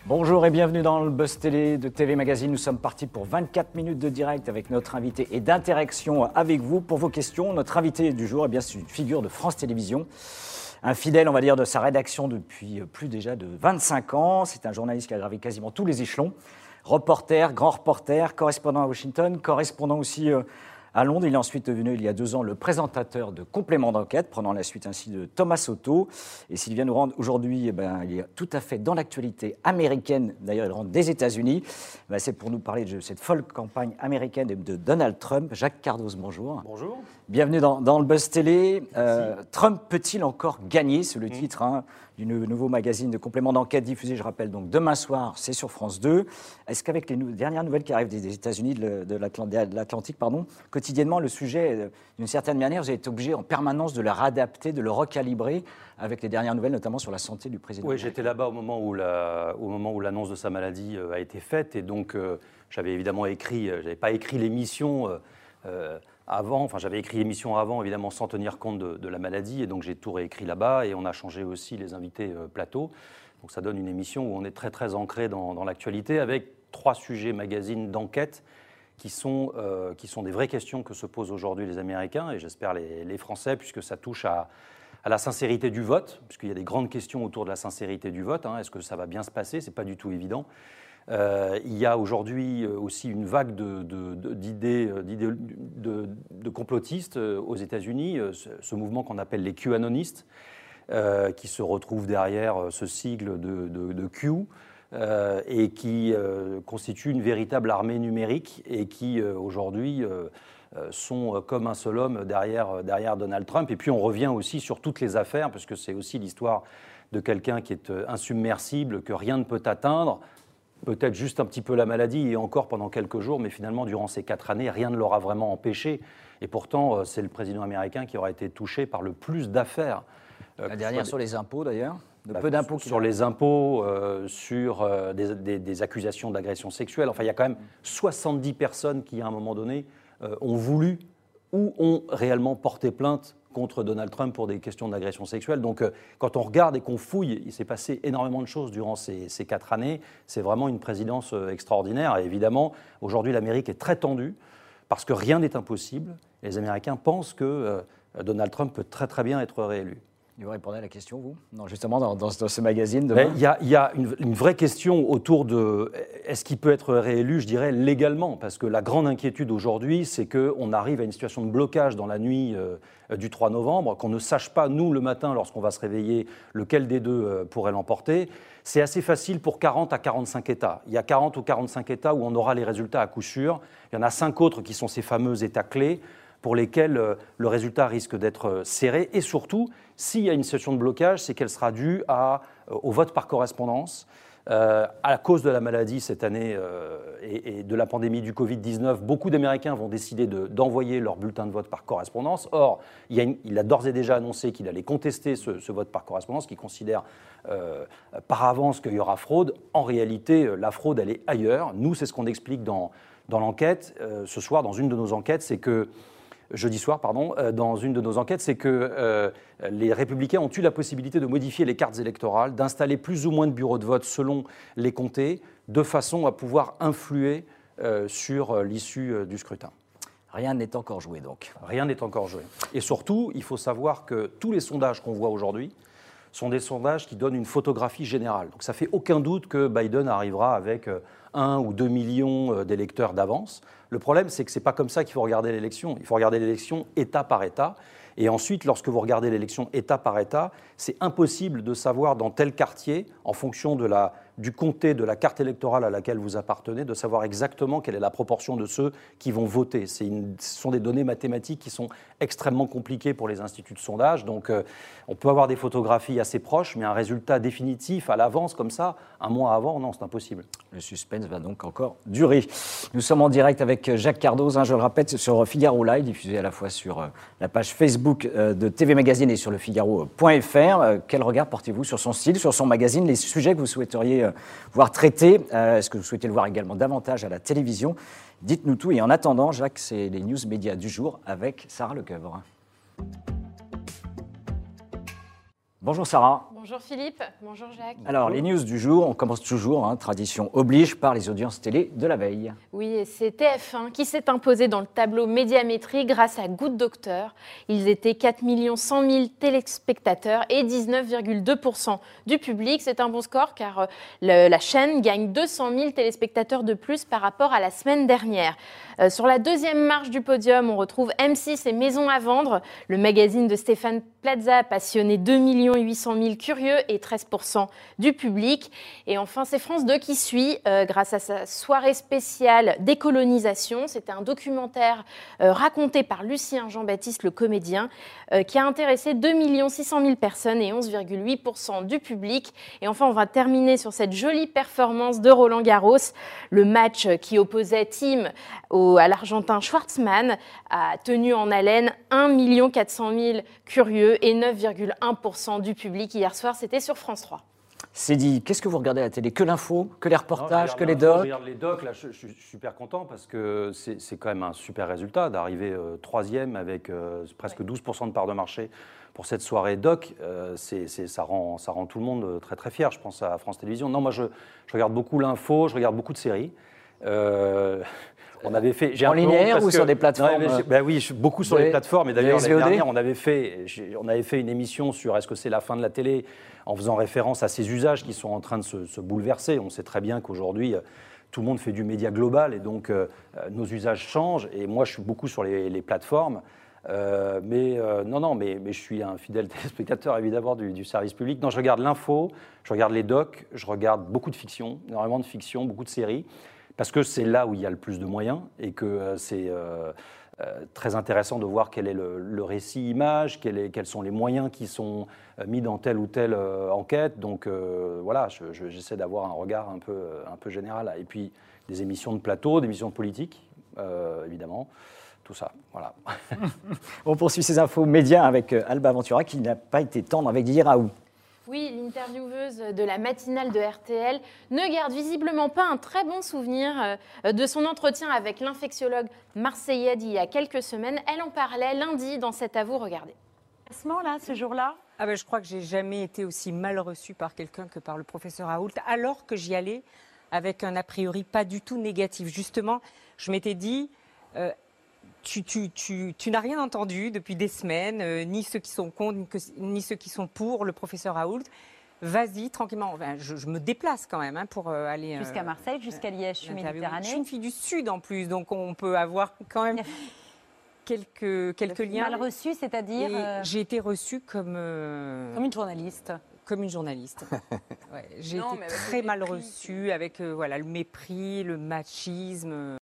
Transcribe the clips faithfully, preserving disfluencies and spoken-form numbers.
Bonjour et bienvenue dans le Buzz Télé de T V Magazine. Nous sommes partis pour vingt-quatre minutes de direct avec notre invité et d'interaction avec vous pour vos questions. Notre invité du jour, eh bien, c'est une figure de France Télévisions. Un fidèle, on va dire, de sa rédaction depuis plus déjà de vingt-cinq ans. C'est un journaliste qui a gravi quasiment tous les échelons. Reporter, grand reporter, correspondant à Washington, correspondant aussi euh, à Londres. Il est ensuite devenu, il y a deux ans, le présentateur de Complément d'enquête, prenant la suite ainsi de Thomas Soto. Et s'il vient nous rendre aujourd'hui, eh ben, il est tout à fait dans l'actualité américaine. D'ailleurs, il rentre des États-Unis. Ben, c'est pour nous parler de cette folle campagne américaine de Donald Trump. Jacques Cardoz, bonjour. Bonjour. Bienvenue dans, dans le Buzz Télé. Euh, Trump peut-il encore gagner? C'est le titre hein, du nouveau magazine de Complément d'enquête diffusé, je rappelle, donc demain soir, c'est sur France deux. Est-ce qu'avec les nou- dernières nouvelles qui arrivent des, des États-Unis, de, de l'Atlantique, pardon, quotidiennement, le sujet, d'une certaine manière, vous avez été obligé en permanence de le réadapter, de le recalibrer avec les dernières nouvelles, notamment sur la santé du président? Oui, j'étais là-bas au moment où la, au moment où l'annonce de sa maladie euh, a été faite, et donc euh, j'avais évidemment écrit, euh, j'avais pas écrit l'émission euh, euh, avant, enfin j'avais écrit l'émission avant, évidemment sans tenir compte de, de la maladie, et donc j'ai tout réécrit là-bas, et on a changé aussi les invités euh, plateau. Donc ça donne une émission où on est très très ancré dans, dans l'actualité, avec trois sujets magazines d'enquête qui sont, euh, qui sont des vraies questions que se posent aujourd'hui les Américains, et j'espère les, les Français, puisque ça touche à, à la sincérité du vote, puisqu'il y a des grandes questions autour de la sincérité du vote. Hein. Est-ce que ça va bien se passer? Ce n'est pas du tout évident. Euh, il y a aujourd'hui aussi une vague de, de, de, d'idées, d'idées de, de complotistes aux États-Unis, ce, ce mouvement qu'on appelle les QAnonistes, euh, qui se retrouvent derrière ce sigle de, de, de Q, euh, et qui euh, constitue une véritable armée numérique et qui euh, aujourd'hui euh, sont comme un seul homme derrière, derrière Donald Trump. Et puis on revient aussi sur toutes les affaires, parce que c'est aussi l'histoire de quelqu'un qui est insubmersible, que rien ne peut atteindre. Peut-être juste un petit peu la maladie, et encore pendant quelques jours, mais finalement, durant ces quatre années, rien ne l'aura vraiment empêché. Et pourtant, c'est le président américain qui aura été touché par le plus d'affaires. La dernière des... sur les impôts, d'ailleurs, de bah, peu d'impôts. Sur les impôts, euh, sur euh, des, des, des accusations d'agression sexuelle. Enfin, il y a quand même soixante-dix personnes qui, à un moment donné, euh, ont voulu ou ont réellement porté plainte contre Donald Trump pour des questions d'agression sexuelle. Donc, euh, quand on regarde et qu'on fouille, il s'est passé énormément de choses durant ces, ces quatre années. C'est vraiment une présidence euh, extraordinaire. Et évidemment, aujourd'hui, l'Amérique est très tendue parce que rien n'est impossible. Et les Américains pensent que euh, Donald Trump peut très, très bien être réélu. Vous répondez à la question, vous? Non, justement, dans, dans, dans ce magazine. Il y a, y a une, une vraie question autour de est-ce qu'il peut être réélu, je dirais, légalement, parce que la grande inquiétude aujourd'hui, c'est qu'on arrive à une situation de blocage dans la nuit euh, du trois novembre, qu'on ne sache pas, nous, le matin, lorsqu'on va se réveiller, lequel des deux euh, pourrait l'emporter. C'est assez facile pour quarante à quarante-cinq États. Il y a quarante ou quarante-cinq États où on aura les résultats à coup sûr. Il y en a cinq autres qui sont ces fameux États clés, pour lesquels euh, le résultat risque d'être euh, serré. Et surtout, s'il y a une situation de blocage, c'est qu'elle sera due à, euh, au vote par correspondance. Euh, à cause de la maladie cette année euh, et, et de la pandémie du covid dix-neuf, beaucoup d'Américains vont décider de, d'envoyer leur bulletin de vote par correspondance. Or, il, y a une, il a d'ores et déjà annoncé qu'il allait contester ce, ce vote par correspondance, qu'il considère euh, par avance qu'il y aura fraude. En réalité, la fraude, elle est ailleurs. Nous, c'est ce qu'on explique dans, dans l'enquête, euh, ce soir, dans une de nos enquêtes, c'est que jeudi soir, pardon, euh, dans une de nos enquêtes, c'est que euh, les Républicains ont eu la possibilité de modifier les cartes électorales, d'installer plus ou moins de bureaux de vote selon les comtés, de façon à pouvoir influer euh, sur euh, l'issue euh, du scrutin. Rien n'est encore joué, donc. Rien n'est encore joué. Et surtout, il faut savoir que tous les sondages qu'on voit aujourd'hui sont des sondages qui donnent une photographie générale. Donc ça ne fait aucun doute que Biden arrivera avec euh, un ou deux millions d'électeurs d'avance. Le problème, c'est que ce n'est pas comme ça qu'il faut regarder l'élection. Il faut regarder l'élection État par État. Et ensuite, lorsque vous regardez l'élection État par État, c'est impossible de savoir dans tel quartier, en fonction de la, du comté, de la carte électorale à laquelle vous appartenez, de savoir exactement quelle est la proportion de ceux qui vont voter. C'est une, ce sont des données mathématiques qui sont extrêmement compliquées pour les instituts de sondage. Donc, euh, on peut avoir des photographies assez proches, mais un résultat définitif à l'avance, comme ça, un mois avant, non, c'est impossible. Le suspense va donc encore durer. Nous sommes en direct avec Jacques Cardoz, hein, je le répète, sur Figaro Live, diffusé à la fois sur euh, la page Facebook de T V Magazine et sur le Figaro point F R. Quel regard portez-vous sur son style, sur son magazine, les sujets que vous souhaiteriez voir traités? Est-ce que vous souhaitez le voir également davantage à la télévision? Dites-nous tout. Et en attendant, Jacques, c'est les news médias du jour avec Sarah Lecoeuvre. Bonjour Sarah. Bonjour Philippe, bonjour Jacques. Alors les news du jour, on commence toujours, hein, tradition oblige, par les audiences télé de la veille. Oui, et c'est T F un qui s'est imposé dans le tableau médiamétrie grâce à Good Docteur. Ils étaient quatre millions cent mille téléspectateurs et dix-neuf virgule deux pour cent du public. C'est un bon score car le, la chaîne gagne deux cent mille téléspectateurs de plus par rapport à la semaine dernière. Euh, sur la deuxième marche du podium, on retrouve M six et Maison à vendre. Le magazine de Stéphane Plaza a passionné deux millions huit cent mille curieux et treize pour cent du public. Et enfin, c'est France deux qui suit euh, grâce à sa soirée spéciale décolonisation. C'était un documentaire euh, raconté par Lucien Jean-Baptiste, le comédien, euh, qui a intéressé deux millions six cent mille personnes et onze virgule huit pour cent du public. Et enfin, on va terminer sur cette jolie performance de Roland Garros. Le match qui opposait Thiem au, à l'Argentin Schwartzmann a tenu en haleine un million quatre cent mille curieux et neuf virgule un pour cent du public. Hier soir, c'était sur France trois. C'est dit, qu'est-ce que vous regardez à la télé? Que l'info? Que les reportages? Non, que les l'info, docs? Je regarde les docs, là je, je, je suis super content parce que c'est, c'est quand même un super résultat d'arriver euh, troisième avec euh, presque douze pour cent de part de marché pour cette soirée doc. Euh, c'est, c'est, ça, rend, ça rend tout le monde très très fier, je pense à France Télévisions. Non, moi je, je regarde beaucoup l'info, je regarde beaucoup de séries. Euh, On avait fait, j'ai en linéaire ou que, sur des plateformes? Non, ben oui, beaucoup sur les plateformes. Et d'ailleurs, l'année dernière, on avait, fait, on avait fait une émission sur est-ce que c'est la fin de la télé, en faisant référence à ces usages qui sont en train de se, se bouleverser. On sait très bien qu'aujourd'hui, tout le monde fait du média global et donc euh, nos usages changent. Et moi, je suis beaucoup sur les, les plateformes. Euh, mais euh, non, non, mais, mais je suis un fidèle téléspectateur évidemment du, du service public. Non, je regarde l'info, je regarde les docs, je regarde beaucoup de fiction, énormément de fiction, beaucoup de séries. Parce que c'est là où il y a le plus de moyens et que euh, c'est euh, euh, très intéressant de voir quel est le, le récit image, quel est, quels sont les moyens qui sont euh, mis dans telle ou telle euh, enquête. Donc euh, voilà, je, je, j'essaie d'avoir un regard un peu, un peu général. Et puis des émissions de plateau, des émissions de politique, euh, évidemment. Tout ça, voilà. On poursuit ces infos médias avec Alba Ventura qui n'a pas été tendre avec Didier Raoult. Oui, l'intervieweuse de la matinale de R T L ne garde visiblement pas un très bon souvenir de son entretien avec l'infectiologue marseillais d'il y a quelques semaines. Elle en parlait lundi dans cet À vous, regardez. Là, ce jour-là ah ben, je crois que j'ai jamais été aussi mal reçue par quelqu'un que par le professeur Raoult, alors que j'y allais avec un a priori pas du tout négatif. Justement, je m'étais dit... Euh, Tu, tu, tu, tu n'as rien entendu depuis des semaines, euh, ni ceux qui sont contre, ni, que, ni ceux qui sont pour le professeur Raoult. Vas-y, tranquillement. Enfin, je, je me déplace quand même hein, pour euh, aller... Jusqu'à Marseille, jusqu'à Liège, Méditerranée. Je suis une fille du Sud en plus, donc on peut avoir quand même quelques, quelques liens. Mal reçue, c'est-à-dire euh... J'ai été reçue comme... Euh, comme une journaliste. Comme une journaliste. Ouais, j'ai non, été très mal reçue avec euh, voilà, le mépris, le machisme...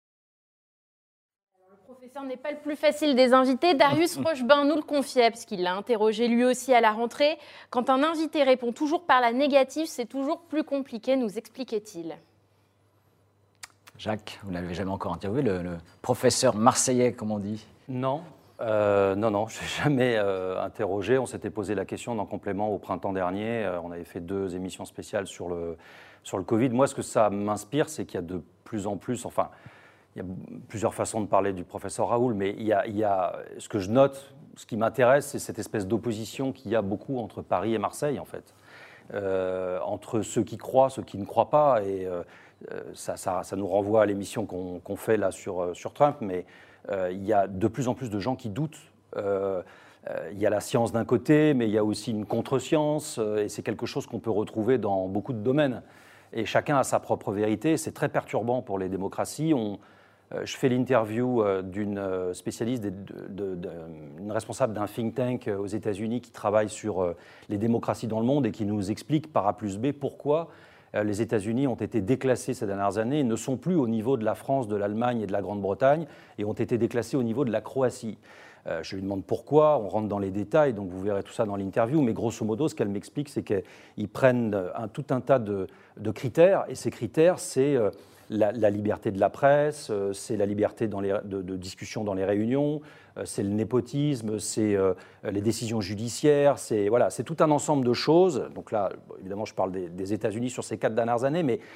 Le professeur n'est pas le plus facile des invités. Darius Rochebain nous le confiait, parce qu'il l'a interrogé lui aussi à la rentrée. Quand un invité répond toujours par la négative, c'est toujours plus compliqué, nous expliquait-il. Jacques, vous ne l'avez jamais encore interviewé, le, le professeur marseillais, comme on dit? Non, euh, non, non, je ne l'ai jamais euh, interrogé. On s'était posé la question en complément au printemps dernier. Euh, on avait fait deux émissions spéciales sur le, sur le Covid. Moi, ce que ça m'inspire, c'est qu'il y a de plus en plus... enfin. Il y a plusieurs façons de parler du professeur Raoult, mais il y a, il y a, ce que je note, ce qui m'intéresse, c'est cette espèce d'opposition qu'il y a beaucoup entre Paris et Marseille, en fait. Euh, entre ceux qui croient, ceux qui ne croient pas. Et euh, ça, ça, ça nous renvoie à l'émission qu'on, qu'on fait là sur, sur Trump, mais euh, il y a de plus en plus de gens qui doutent. Euh, euh, il y a la science d'un côté, mais il y a aussi une contre-science, et c'est quelque chose qu'on peut retrouver dans beaucoup de domaines. Et chacun a sa propre vérité. C'est très perturbant pour les démocraties. On, Je fais l'interview d'une spécialiste, d'une responsable d'un think tank aux États-Unis qui travaille sur les démocraties dans le monde et qui nous explique par A plus B pourquoi les États-Unis ont été déclassés ces dernières années et ne sont plus au niveau de la France, de l'Allemagne et de la Grande-Bretagne et ont été déclassés au niveau de la Croatie. Je lui demande pourquoi, on rentre dans les détails, donc vous verrez tout ça dans l'interview, mais grosso modo, ce qu'elle m'explique, c'est qu'ils prennent un, tout un tas de, de critères et ces critères, c'est... La, la liberté de la presse, euh, c'est la liberté dans les, de, de discussion dans les réunions, euh, c'est le népotisme, c'est euh, les décisions judiciaires, c'est, voilà, c'est tout un ensemble de choses. Donc là, évidemment, je parle des, des États-Unis sur ces quatre dernières années, mais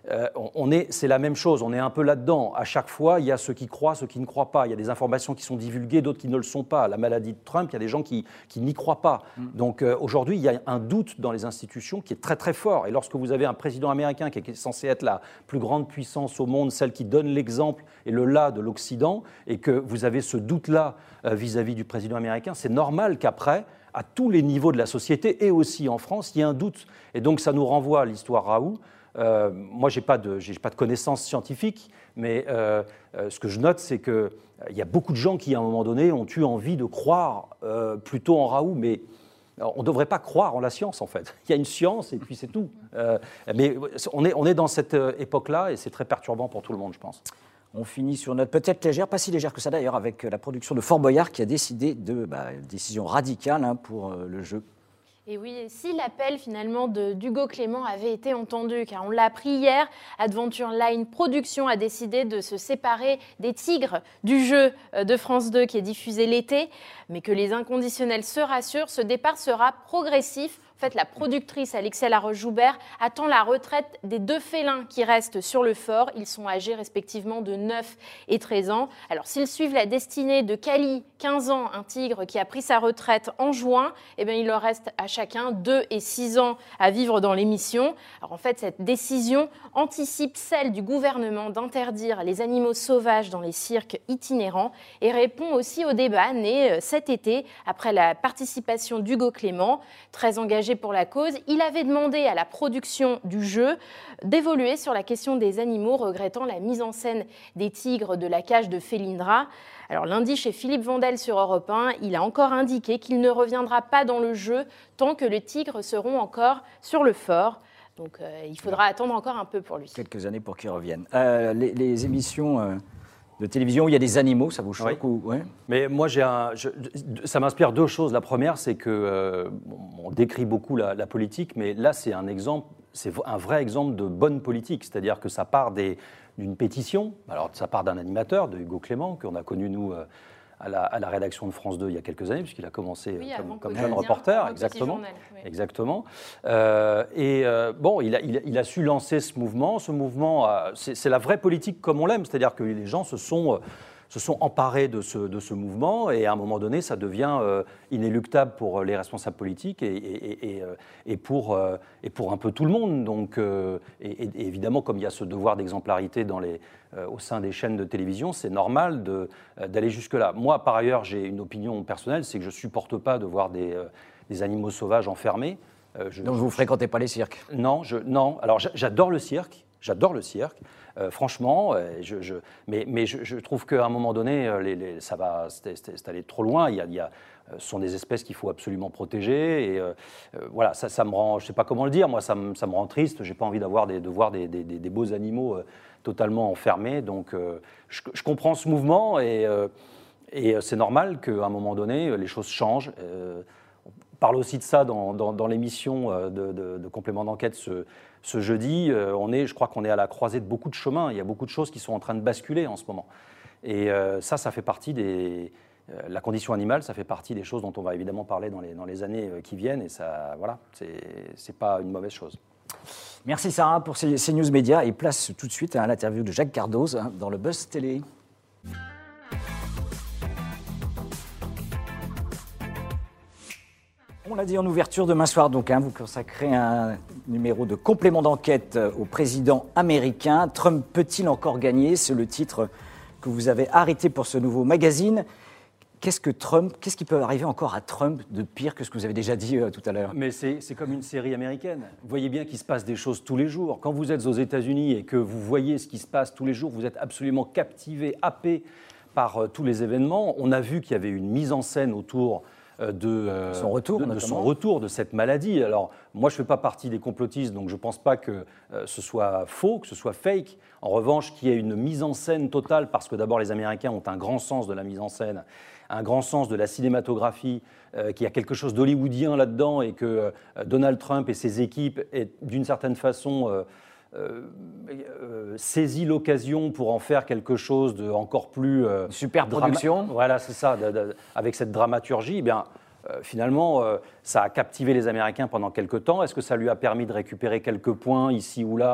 euh, on est, c'est la même chose, on est un peu là-dedans. À chaque fois, il y a ceux qui croient, ceux qui ne croient pas. Il y a des informations qui sont divulguées, d'autres qui ne le sont pas. La maladie de Trump, il y a des gens qui, qui n'y croient pas. Mm. Donc euh, aujourd'hui, il y a un doute dans les institutions qui est très très fort. Et lorsque vous avez un président américain qui est censé être la plus grande puissance au monde, celle qui donne l'exemple et le là de l'Occident, et que vous avez ce doute-là euh, vis-à-vis du président américain, c'est normal qu'après, à tous les niveaux de la société et aussi en France, il y a un doute. Et donc ça nous renvoie à l'histoire Raoult. Euh, moi, je n'ai pas, pas de connaissances scientifiques, mais euh, euh, ce que je note, c'est qu'il euh, y a beaucoup de gens qui, à un moment donné, ont eu envie de croire euh, plutôt en Raoult, mais alors, on ne devrait pas croire en la science, en fait. Il y a une science et puis c'est tout. Euh, mais on est, on est dans cette époque-là et c'est très perturbant pour tout le monde, je pense. On finit sur une note peut-être légère, pas si légère que ça d'ailleurs, avec la production de Fort Boyard qui a décidé de bah, une décision radicale hein, pour euh, le jeu. Et oui, si l'appel finalement de d'Hugo Clément avait été entendu, car on l'a appris hier, Adventure Line Productions a décidé de se séparer des Tigres du jeu de France deux qui est diffusé l'été, mais que les inconditionnels se rassurent, ce départ sera progressif. En fait, la productrice Alexia Laroche-Joubert attend la retraite des deux félins qui restent sur le fort. Ils sont âgés respectivement de neuf et treize ans. Alors, s'ils suivent la destinée de Kali, quinze ans, un tigre qui a pris sa retraite en juin, eh bien, il leur reste à chacun deux et six ans à vivre dans l'émission. Alors, en fait, cette décision anticipe celle du gouvernement d'interdire les animaux sauvages dans les cirques itinérants et répond aussi au débat né cet été après la participation d'Hugo Clément, très engagé pour la cause. Il avait demandé à la production du jeu d'évoluer sur la question des animaux, regrettant la mise en scène des tigres de la cage de Félindra. Alors lundi, chez Philippe Vandel sur Europe un, il a encore indiqué qu'il ne reviendra pas dans le jeu tant que les tigres seront encore sur le fort. Donc euh, il faudra attendre encore un peu pour lui. Quelques années pour qu'il revienne. Euh, les, les émissions... Euh... de télévision où il y a des animaux, ça vous choque oui. ou... ouais. Mais moi, j'ai un, je, ça m'inspire deux choses. La première, c'est que euh, on décrit beaucoup la, la politique, mais là, c'est un exemple, c'est un vrai exemple de bonne politique. C'est-à-dire que ça part des, d'une pétition. Alors, ça part d'un animateur, de Hugo Clément, qu'on a connu nous euh, à, la, à la rédaction de France deux il y a quelques années, puisqu'il a commencé oui, comme, comme jeune reporter, exactement. Journal, oui. Exactement. Euh, et euh, bon, il a, il, a, il a su lancer ce mouvement. Ce mouvement, euh, c'est, c'est la vraie politique comme on l'aime, c'est-à-dire que les gens se sont euh, se sont emparés de ce, de ce mouvement et à un moment donné, ça devient euh, inéluctable pour les responsables politiques et, et, et, et, pour, euh, et pour un peu tout le monde. Donc, euh, et, et évidemment, comme il y a ce devoir d'exemplarité dans les, euh, au sein des chaînes de télévision, c'est normal de, euh, d'aller jusque-là. Moi, par ailleurs, j'ai une opinion personnelle, c'est que je ne supporte pas de voir des, euh, des animaux sauvages enfermés. Euh, je, Donc vous ne fréquentez pas les cirques? Non, je, non. Alors j'adore le cirque. J'adore le cirque, euh, franchement, euh, je, je, mais, mais je, je trouve qu'à un moment donné, les, les, ça va, c'est, c'est, c'est aller trop loin. Il y a, il y a, ce sont des espèces qu'il faut absolument protéger. Et euh, euh, voilà, ça, ça me rend, je ne sais pas comment le dire, moi, ça me, ça me rend triste. Je n'ai pas envie d'avoir des, de voir des, des, des, des beaux animaux euh, totalement enfermés. Donc, euh, je, je comprends ce mouvement et, euh, et c'est normal qu'à un moment donné, les choses changent. Euh, on parle aussi de ça dans, dans, dans l'émission de, de, de complément d'enquête ce, ce jeudi. On est, je crois qu'on est à la croisée de beaucoup de chemins. Il y a beaucoup de choses qui sont en train de basculer en ce moment. Et euh, ça, ça fait partie des... Euh, la condition animale, ça fait partie des choses dont on va évidemment parler dans les, dans les années qui viennent. Et ça, voilà, c'est, c'est pas une mauvaise chose. Merci Sarah pour ces, ces news médias. Et place tout de suite à l'interview de Jacques Cardoz hein, dans le Buzz Télé. On l'a dit en ouverture, demain soir, donc, hein, vous consacrez un numéro de complément d'enquête au président américain. Trump peut-il encore gagner? C'est le titre que vous avez arrêté pour ce nouveau magazine. Qu'est-ce que Trump, qu'est-ce qui peut arriver encore à Trump de pire que ce que vous avez déjà dit euh, tout à l'heure? Mais c'est, c'est comme une série américaine. Vous voyez bien qu'il se passe des choses tous les jours. Quand vous êtes aux États-Unis et que vous voyez ce qui se passe tous les jours, vous êtes absolument captivé, happé par euh, tous les événements. On a vu qu'il y avait une mise en scène autour de, euh, son retour, de, de son retour, de cette maladie. Alors, moi, je ne fais pas partie des complotistes, donc je ne pense pas que euh, ce soit faux, que ce soit fake. En revanche, qu'il y ait une mise en scène totale, parce que d'abord, les Américains ont un grand sens de la mise en scène, un grand sens de la cinématographie, euh, qu'il y a quelque chose d'hollywoodien là-dedans, et que euh, Donald Trump et ses équipes, est, d'une certaine façon... Euh, Euh, euh, saisit l'occasion pour en faire quelque chose de encore plus euh, super production. Drama- voilà, c'est ça. De, de, avec cette dramaturgie, eh bien euh, finalement, euh, ça a captivé les Américains pendant quelques temps. Est-ce que ça lui a permis de récupérer quelques points ici ou là?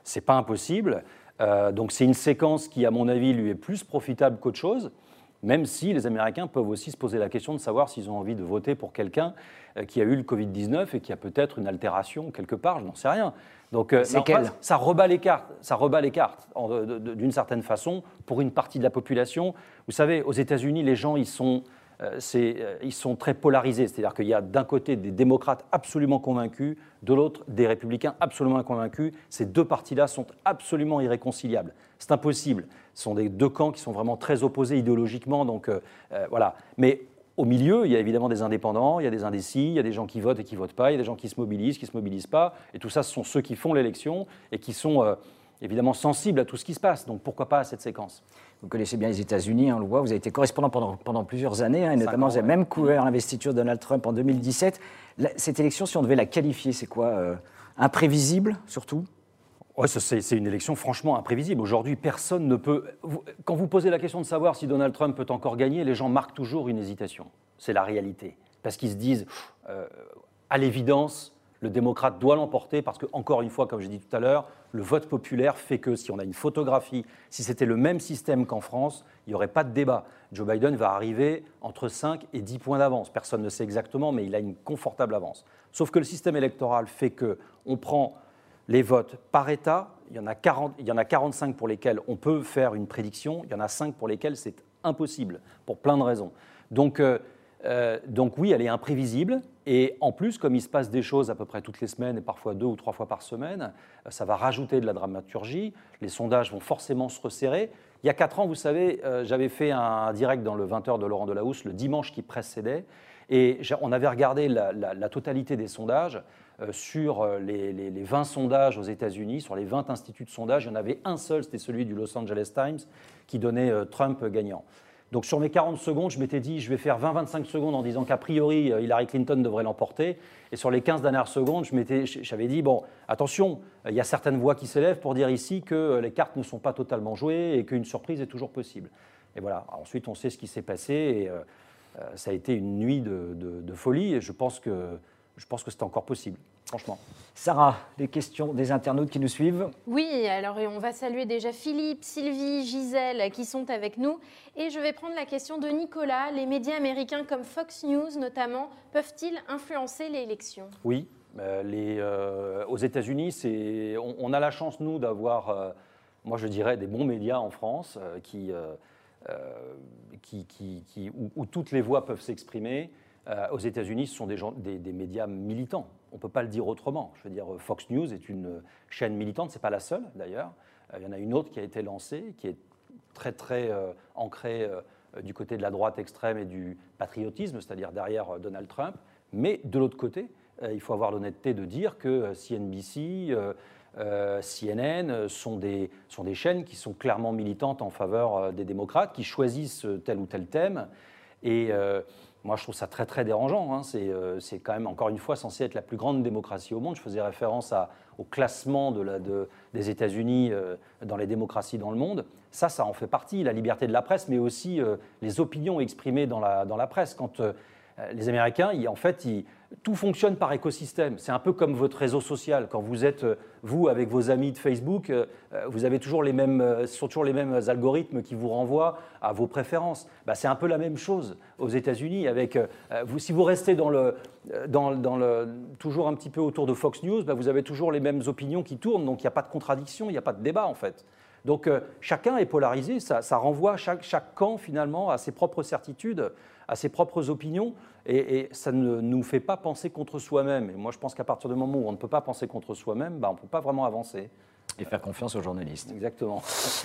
c'est pas impossible. Euh, donc c'est une séquence qui, à mon avis, lui est plus profitable qu'autre chose, même si les Américains peuvent aussi se poser la question de savoir s'ils ont envie de voter pour quelqu'un euh, qui a eu le covid dix-neuf et qui a peut-être une altération quelque part, je n'en sais rien. Donc euh, c'est en quel face, ça rebat les cartes, ça rebat les cartes en, de, de, d'une certaine façon pour une partie de la population. Vous savez, aux États-Unis, les gens ils sont, euh, c'est, euh, ils sont très polarisés, c'est-à-dire qu'il y a d'un côté des démocrates absolument convaincus, de l'autre des républicains absolument convaincus. Ces deux partis-là sont absolument irréconciliables. C'est impossible. Ce sont des deux camps qui sont vraiment très opposés idéologiquement. Donc euh, euh, voilà. Mais au milieu, il y a évidemment des indépendants, il y a des indécis, il y a des gens qui votent et qui ne votent pas, il y a des gens qui se mobilisent, qui ne se mobilisent pas. Et tout ça, ce sont ceux qui font l'élection et qui sont euh, évidemment sensibles à tout ce qui se passe. Donc pourquoi pas à cette séquence ? Vous connaissez bien les États-Unis, hein, on le voit, vous avez été correspondant pendant, pendant plusieurs années, hein, et notamment ans, vous avez ouais. même couvert l'investiture de Donald Trump en deux mille dix-sept. La, cette élection, si on devait la qualifier, c'est quoi euh, imprévisible, surtout ? Ouais, c'est, c'est une élection franchement imprévisible. Aujourd'hui, personne ne peut... Vous, quand vous posez la question de savoir si Donald Trump peut encore gagner, les gens marquent toujours une hésitation. C'est la réalité. Parce qu'ils se disent, euh, à l'évidence, le démocrate doit l'emporter parce que, encore une fois, comme j'ai dit tout à l'heure, le vote populaire fait que si on a une photographie, si c'était le même système qu'en France, il n'y aurait pas de débat. Joe Biden va arriver entre cinq et dix points d'avance. Personne ne sait exactement, mais il a une confortable avance. Sauf que le système électoral fait qu'on prend les votes par État. Il y en a quarante, il y en a quarante-cinq pour lesquels on peut faire une prédiction. Il y en a cinq pour lesquels c'est impossible, pour plein de raisons. Donc, euh, Euh, donc oui, elle est imprévisible et en plus, comme il se passe des choses à peu près toutes les semaines et parfois deux ou trois fois par semaine, ça va rajouter de la dramaturgie, les sondages vont forcément se resserrer. Il y a quatre ans, vous savez, euh, j'avais fait un direct dans le vingt heures de Laurent Delahousse le dimanche qui précédait et on avait regardé la, la, la totalité des sondages euh, sur les, les, les vingt sondages aux États-Unis, sur les vingt instituts de sondage, il y en avait un seul, c'était celui du Los Angeles Times qui donnait euh, Trump gagnant. Donc sur mes quarante secondes, je m'étais dit, je vais faire vingt à vingt-cinq secondes en disant qu'a priori, Hillary Clinton devrait l'emporter. Et sur les quinze dernières secondes, je m'étais, j'avais dit, bon, attention, il y a certaines voix qui s'élèvent pour dire ici que les cartes ne sont pas totalement jouées et qu'une surprise est toujours possible. Et voilà, ensuite on sait ce qui s'est passé et euh, ça a été une nuit de, de, de folie et je pense que, je pense que c'est encore possible, franchement. Sarah, les questions des internautes qui nous suivent. Oui, alors on va saluer déjà Philippe, Sylvie, Gisèle qui sont avec nous. Et je vais prendre la question de Nicolas. Les médias américains comme Fox News notamment, peuvent-ils influencer l'élection ? Oui, euh, les, euh, aux États-Unis, c'est, on, on a la chance, nous, d'avoir, euh, moi je dirais, des bons médias en France euh, qui, euh, euh, qui, qui, qui, où, où toutes les voix peuvent s'exprimer. Euh, aux États-Unis, ce sont des, gens, des, des médias militants. On ne peut pas le dire autrement. Je veux dire, Fox News est une chaîne militante. Ce n'est pas la seule, d'ailleurs. Euh, il y en a une autre qui a été lancée, qui est très, très euh, ancrée euh, du côté de la droite extrême et du patriotisme, c'est-à-dire derrière euh, Donald Trump. Mais de l'autre côté, euh, il faut avoir l'honnêteté de dire que euh, C N B C, euh, euh, C N N sont des, sont des chaînes qui sont clairement militantes en faveur euh, des démocrates, qui choisissent tel ou tel thème. Et... Euh, Moi, je trouve ça très, très dérangeant. Hein. C'est, euh, c'est quand même, encore une fois, censé être la plus grande démocratie au monde. Je faisais référence à, au classement de la, de, des États-Unis euh, dans les démocraties dans le monde. Ça, ça en fait partie, la liberté de la presse, mais aussi euh, les opinions exprimées dans la, dans la presse. Quand euh, les Américains, ils, en fait, ils, tout fonctionne par écosystème. C'est un peu comme votre réseau social. Quand vous êtes, vous, avec vos amis de Facebook, euh, vous avez toujours les mêmes, euh, sont toujours les mêmes algorithmes qui vous renvoient à vos préférences. Bah, c'est un peu la même chose aux États-Unis. Avec, euh, vous, si vous restez dans le, dans, dans le, toujours un petit peu autour de Fox News, bah, vous avez toujours les mêmes opinions qui tournent. Donc il n'y a pas de contradiction, il n'y a pas de débat en fait. Donc euh, chacun est polarisé. Ça, ça renvoie chaque, chaque camp finalement à ses propres certitudes, à ses propres opinions. Et, et ça ne nous fait pas penser contre soi-même. Et moi, je pense qu'à partir du moment où on ne peut pas penser contre soi-même, bah, on ne peut pas vraiment avancer. Et faire confiance aux journalistes. Exactement.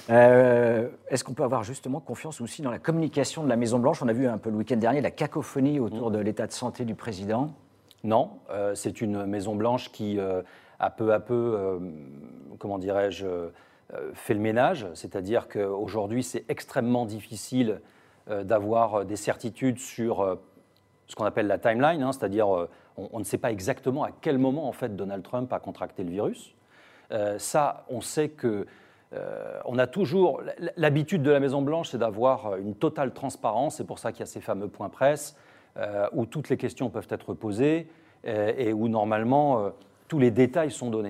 Euh, est-ce qu'on peut avoir justement confiance aussi dans la communication de la Maison-Blanche ? On a vu un peu le week-end dernier la cacophonie autour mmh. de l'état de santé du président. Non, euh, c'est une Maison-Blanche qui euh, a peu à peu, euh, comment dirais-je, euh, fait le ménage. C'est-à-dire qu'aujourd'hui, c'est extrêmement difficile euh, d'avoir des certitudes sur... Euh, ce qu'on appelle la timeline, hein, c'est-à-dire euh, on, on ne sait pas exactement à quel moment en fait Donald Trump a contracté le virus. Euh, ça, on sait que euh, on a toujours l'habitude de la Maison-Blanche, c'est d'avoir une totale transparence. C'est pour ça qu'il y a ces fameux points presse euh, où toutes les questions peuvent être posées euh, et où normalement euh, tous les détails sont donnés.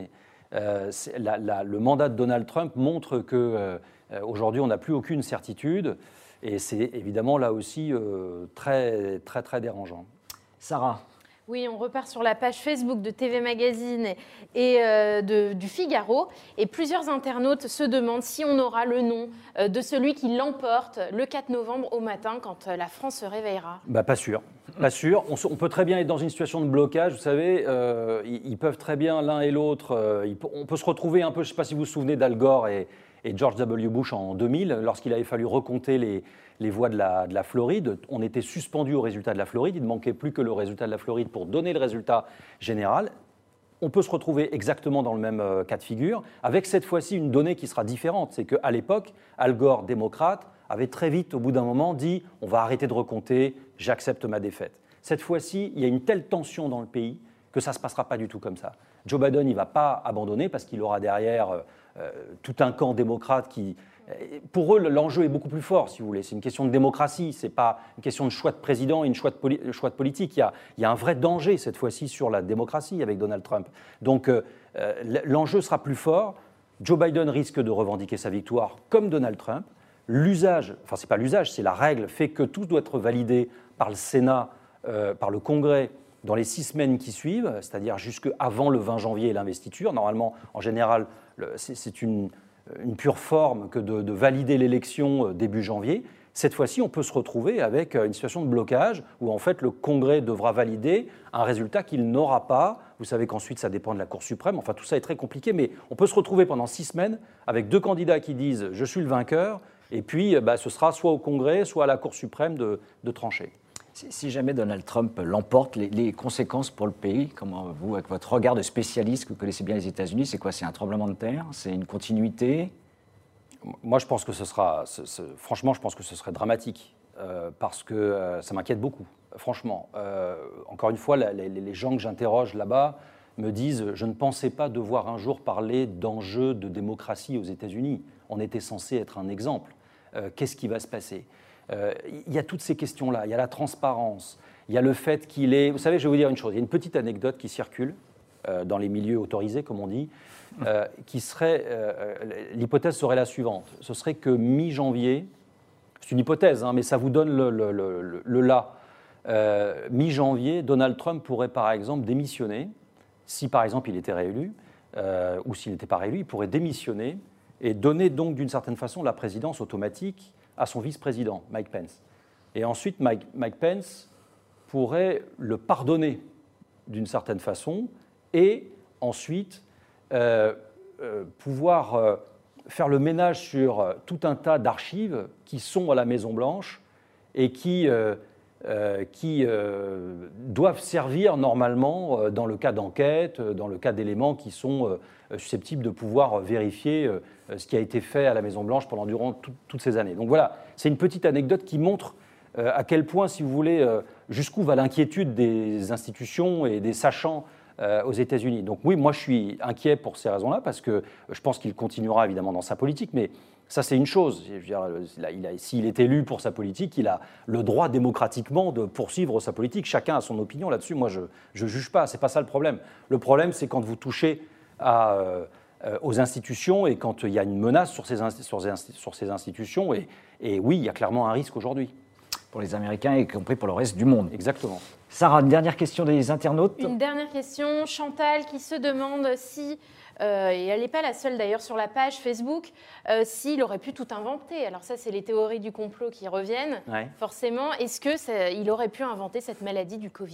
Euh, la, la, le mandat de Donald Trump montre qu'aujourd'hui, euh, on n'a plus aucune certitude. Et c'est évidemment là aussi euh, très, très, très dérangeant. Sarah. Oui, on repart sur la page Facebook de T V Magazine et, et euh, de, du Figaro. Et plusieurs internautes se demandent si on aura le nom euh, de celui qui l'emporte le quatre novembre au matin quand euh, la France se réveillera. Bah, pas sûr. Pas sûr. On, on peut très bien être dans une situation de blocage. Vous savez, euh, ils, ils peuvent très bien, l'un et l'autre, euh, ils, on peut se retrouver un peu, je ne sais pas si vous vous souvenez d'Al Gore et, et George W. Bush en deux mille, lorsqu'il avait fallu recompter les, les voix de la, de la Floride. On était suspendu au résultat de la Floride. Il ne manquait plus que le résultat de la Floride pour donner le résultat général. On peut se retrouver exactement dans le même euh, cas de figure, avec cette fois-ci une donnée qui sera différente. C'est qu'à l'époque, Al Gore, démocrate, avait très vite, au bout d'un moment, dit « on va arrêter de recompter, j'accepte ma défaite ». Cette fois-ci, il y a une telle tension dans le pays que ça ne se passera pas du tout comme ça. Joe Biden, il ne va pas abandonner parce qu'il aura derrière euh, euh, tout un camp démocrate qui… Pour eux, l'enjeu est beaucoup plus fort, si vous voulez. C'est une question de démocratie, ce n'est pas une question de choix de président et une choix de, poli- choix de politique. Il y, a, il y a un vrai danger, cette fois-ci, sur la démocratie avec Donald Trump. Donc, euh, l'enjeu sera plus fort. Joe Biden risque de revendiquer sa victoire comme Donald Trump. L'usage, enfin, ce n'est pas l'usage, c'est la règle, fait que tout doit être validé par le Sénat, euh, par le Congrès, dans les six semaines qui suivent, c'est-à-dire jusqu'avant le vingt janvier et l'investiture. Normalement, en général, c'est, c'est une… une pure forme que de, de valider l'élection début janvier. Cette fois-ci, on peut se retrouver avec une situation de blocage où en fait le Congrès devra valider un résultat qu'il n'aura pas. Vous savez qu'ensuite ça dépend de la Cour suprême. Enfin, tout ça est très compliqué, mais on peut se retrouver pendant six semaines avec deux candidats qui disent « je suis le vainqueur » et puis bah, ce sera soit au Congrès, soit à la Cour suprême de, de trancher. Si, si jamais Donald Trump l'emporte, les, les conséquences pour le pays, comment vous, avec votre regard de spécialiste, que vous connaissez bien les États-Unis, c'est quoi? C'est un tremblement de terre? C'est une continuité? Moi, je pense que ce sera, ce, ce, franchement, je pense que ce serait dramatique, euh, parce que euh, ça m'inquiète beaucoup, franchement. Euh, encore une fois, la, les, les gens que j'interroge là-bas me disent « je ne pensais pas devoir un jour parler d'enjeux de démocratie aux États-Unis. On était censé être un exemple. Euh, qu'est-ce qui va se passer ?» Euh, il y a toutes ces questions-là, il y a la transparence, il y a le fait qu'il est… Vous savez, je vais vous dire une chose, il y a une petite anecdote qui circule euh, dans les milieux autorisés, comme on dit, euh, qui serait… Euh, l'hypothèse serait la suivante, ce serait que mi-janvier, c'est une hypothèse, hein, mais ça vous donne le, le, le, le là, euh, mi-janvier, Donald Trump pourrait par exemple démissionner, si par exemple il était réélu, euh, ou s'il n'était pas réélu, il pourrait démissionner et donner donc d'une certaine façon la présidence automatique à son vice-président, Mike Pence. Et ensuite, Mike, Mike Pence pourrait le pardonner d'une certaine façon et ensuite euh, euh, pouvoir euh, faire le ménage sur euh, tout un tas d'archives qui sont à la Maison-Blanche et qui, euh, euh, qui euh, doivent servir normalement euh, dans le cas d'enquête, euh, dans le cas d'éléments qui sont euh, susceptibles de pouvoir vérifier euh, ce qui a été fait à la Maison-Blanche pendant durant tout, toutes ces années. Donc voilà, c'est une petite anecdote qui montre euh, à quel point, si vous voulez, euh, jusqu'où va l'inquiétude des institutions et des sachants euh, aux États-Unis. Donc oui, moi je suis inquiet pour ces raisons-là, parce que je pense qu'il continuera évidemment dans sa politique, mais ça c'est une chose. Je veux dire, là, il a, s'il est élu pour sa politique, il a le droit démocratiquement de poursuivre sa politique. Chacun a son opinion là-dessus. Moi je ne juge pas, c'est pas ça le problème. Le problème, c'est quand vous touchez à… Euh, aux institutions et quand il y a une menace sur ces, sur ces, sur ces institutions. Et, et oui, il y a clairement un risque aujourd'hui. Pour les Américains, y compris pour le reste du monde. Exactement. Sarah, une dernière question des internautes. Une dernière question. Chantal qui se demande si, euh, et elle n'est pas la seule d'ailleurs sur la page Facebook, euh, s'il aurait pu tout inventer. Alors ça, c'est les théories du complot qui reviennent, ouais. Forcément. Est-ce qu'il aurait pu inventer cette maladie du Covid ?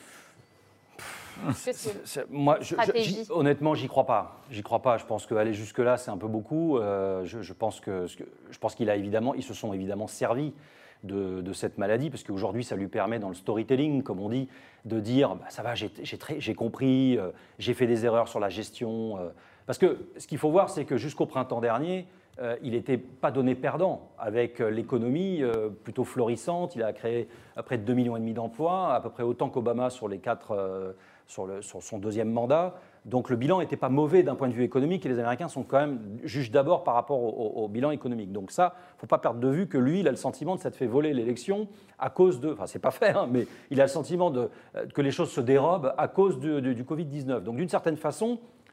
C'est, c'est, moi, je, je, honnêtement, j'y crois pas. J'y crois pas. Je pense qu'aller jusque-là, c'est un peu beaucoup. Euh, je, je pense que, je pense qu'il a évidemment, ils se sont évidemment servis de, de cette maladie, parce qu'aujourd'hui, ça lui permet, dans le storytelling, comme on dit, de dire, bah, ça va, j'ai, j'ai, très, j'ai compris, euh, j'ai fait des erreurs sur la gestion. Euh, parce que ce qu'il faut voir, c'est que jusqu'au printemps dernier, euh, il n'était pas donné perdant avec euh, l'économie euh, plutôt florissante. Il a créé près de deux virgule cinq millions d'emplois, à peu près autant qu'Obama sur les quatre. Euh, Sur, le, sur son deuxième mandat. Donc le bilan n'était pas mauvais d'un point de vue économique et les Américains sont quand même jugent d'abord par rapport au, au, au bilan économique. Donc ça, il ne faut pas perdre de vue que lui, il a le sentiment de s'être fait voler l'élection à cause de… Enfin, c'est pas fait, hein, mais il a le sentiment de, que les choses se dérobent à cause de, de, du covid dix-neuf. Donc d'une certaine façon,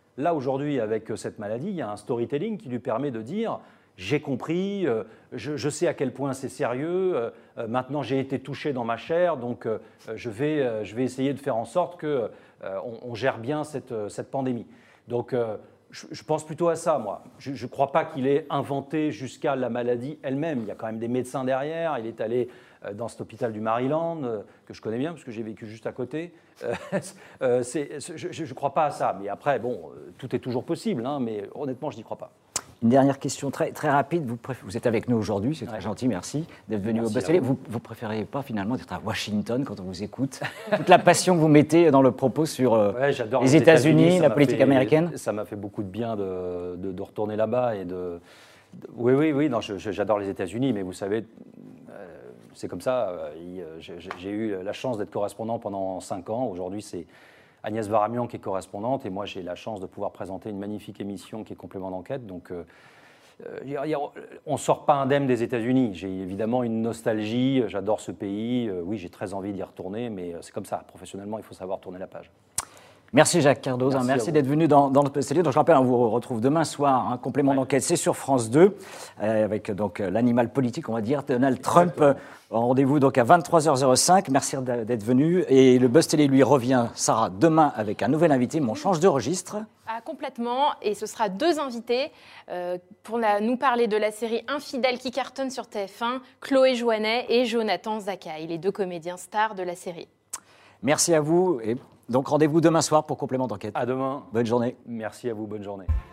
Là, aujourd'hui, avec cette maladie, il y a un storytelling qui lui permet de dire « j'ai compris, euh, je, je sais à quel point c'est sérieux, euh, maintenant j'ai été touché dans ma chair, donc euh, je, vais, euh, je vais essayer de faire en sorte qu'on euh, on gère bien cette, cette pandémie. » Donc, euh, je, je pense plutôt à ça, moi. Je ne crois pas qu'il ait inventé jusqu'à la maladie elle-même. Il y a quand même des médecins derrière. Il est allé euh, dans cet hôpital du Maryland, euh, que je connais bien, parce que j'ai vécu juste à côté. Euh, euh, c'est, je ne crois pas à ça. Mais après, bon, euh, tout est toujours possible, hein, mais honnêtement, je n'y crois pas. Une dernière question très, très rapide. Vous, préf... vous êtes avec nous aujourd'hui, c'est très Ouais. gentil, merci d'être venu Merci au Best-Seller. vous. Vous ne préférez pas finalement d'être à Washington quand on vous écoute? Toute la passion que vous mettez dans le propos sur euh, Ouais, j'adore les États-Unis, ça la m'a politique fait- américaine. Ça m'a fait beaucoup de bien de, de, de retourner là-bas et de, de- Oui, oui, oui. Non, je- je- j'adore les États-Unis, mais vous savez, euh, c'est comme ça. euh, il- euh, j'ai, j'ai eu la chance d'être correspondant pendant cinq ans. Aujourd'hui, c'est Agnès Varamian qui est correspondante, et moi, j'ai la chance de pouvoir présenter une magnifique émission qui est Complément d'enquête. Donc, euh, euh, y a- on ne sort pas indemne des États-Unis. J'ai évidemment une nostalgie. J'adore ce pays. Euh, oui, j'ai très envie d'y retourner, mais c'est comme ça. Professionnellement, il faut savoir tourner la page. Merci Jacques Cardoz, Merci hein, à merci vous. d'être venu dans, dans le Best-Seller. Donc je rappelle, on vous retrouve demain soir, un complément Ouais. d'enquête, c'est sur France deux, euh, avec donc euh, l'animal politique, on va dire, Donald Trump. Euh, rendez-vous donc à vingt-trois heures zéro cinq. Merci d'être venu. Et le Best-Seller lui revient, Sarah, demain avec un nouvel invité, mais on change de registre. Ah, complètement, et ce sera deux invités euh, pour la- nous parler de la série Infidèles qui cartonne sur T F un, Chloé Jouanet et Jonathan Zakaï, les deux comédiens stars de la série. Merci à vous. Et donc rendez-vous demain soir pour complément d'enquête. À demain. Bonne journée. Merci à vous. Bonne journée.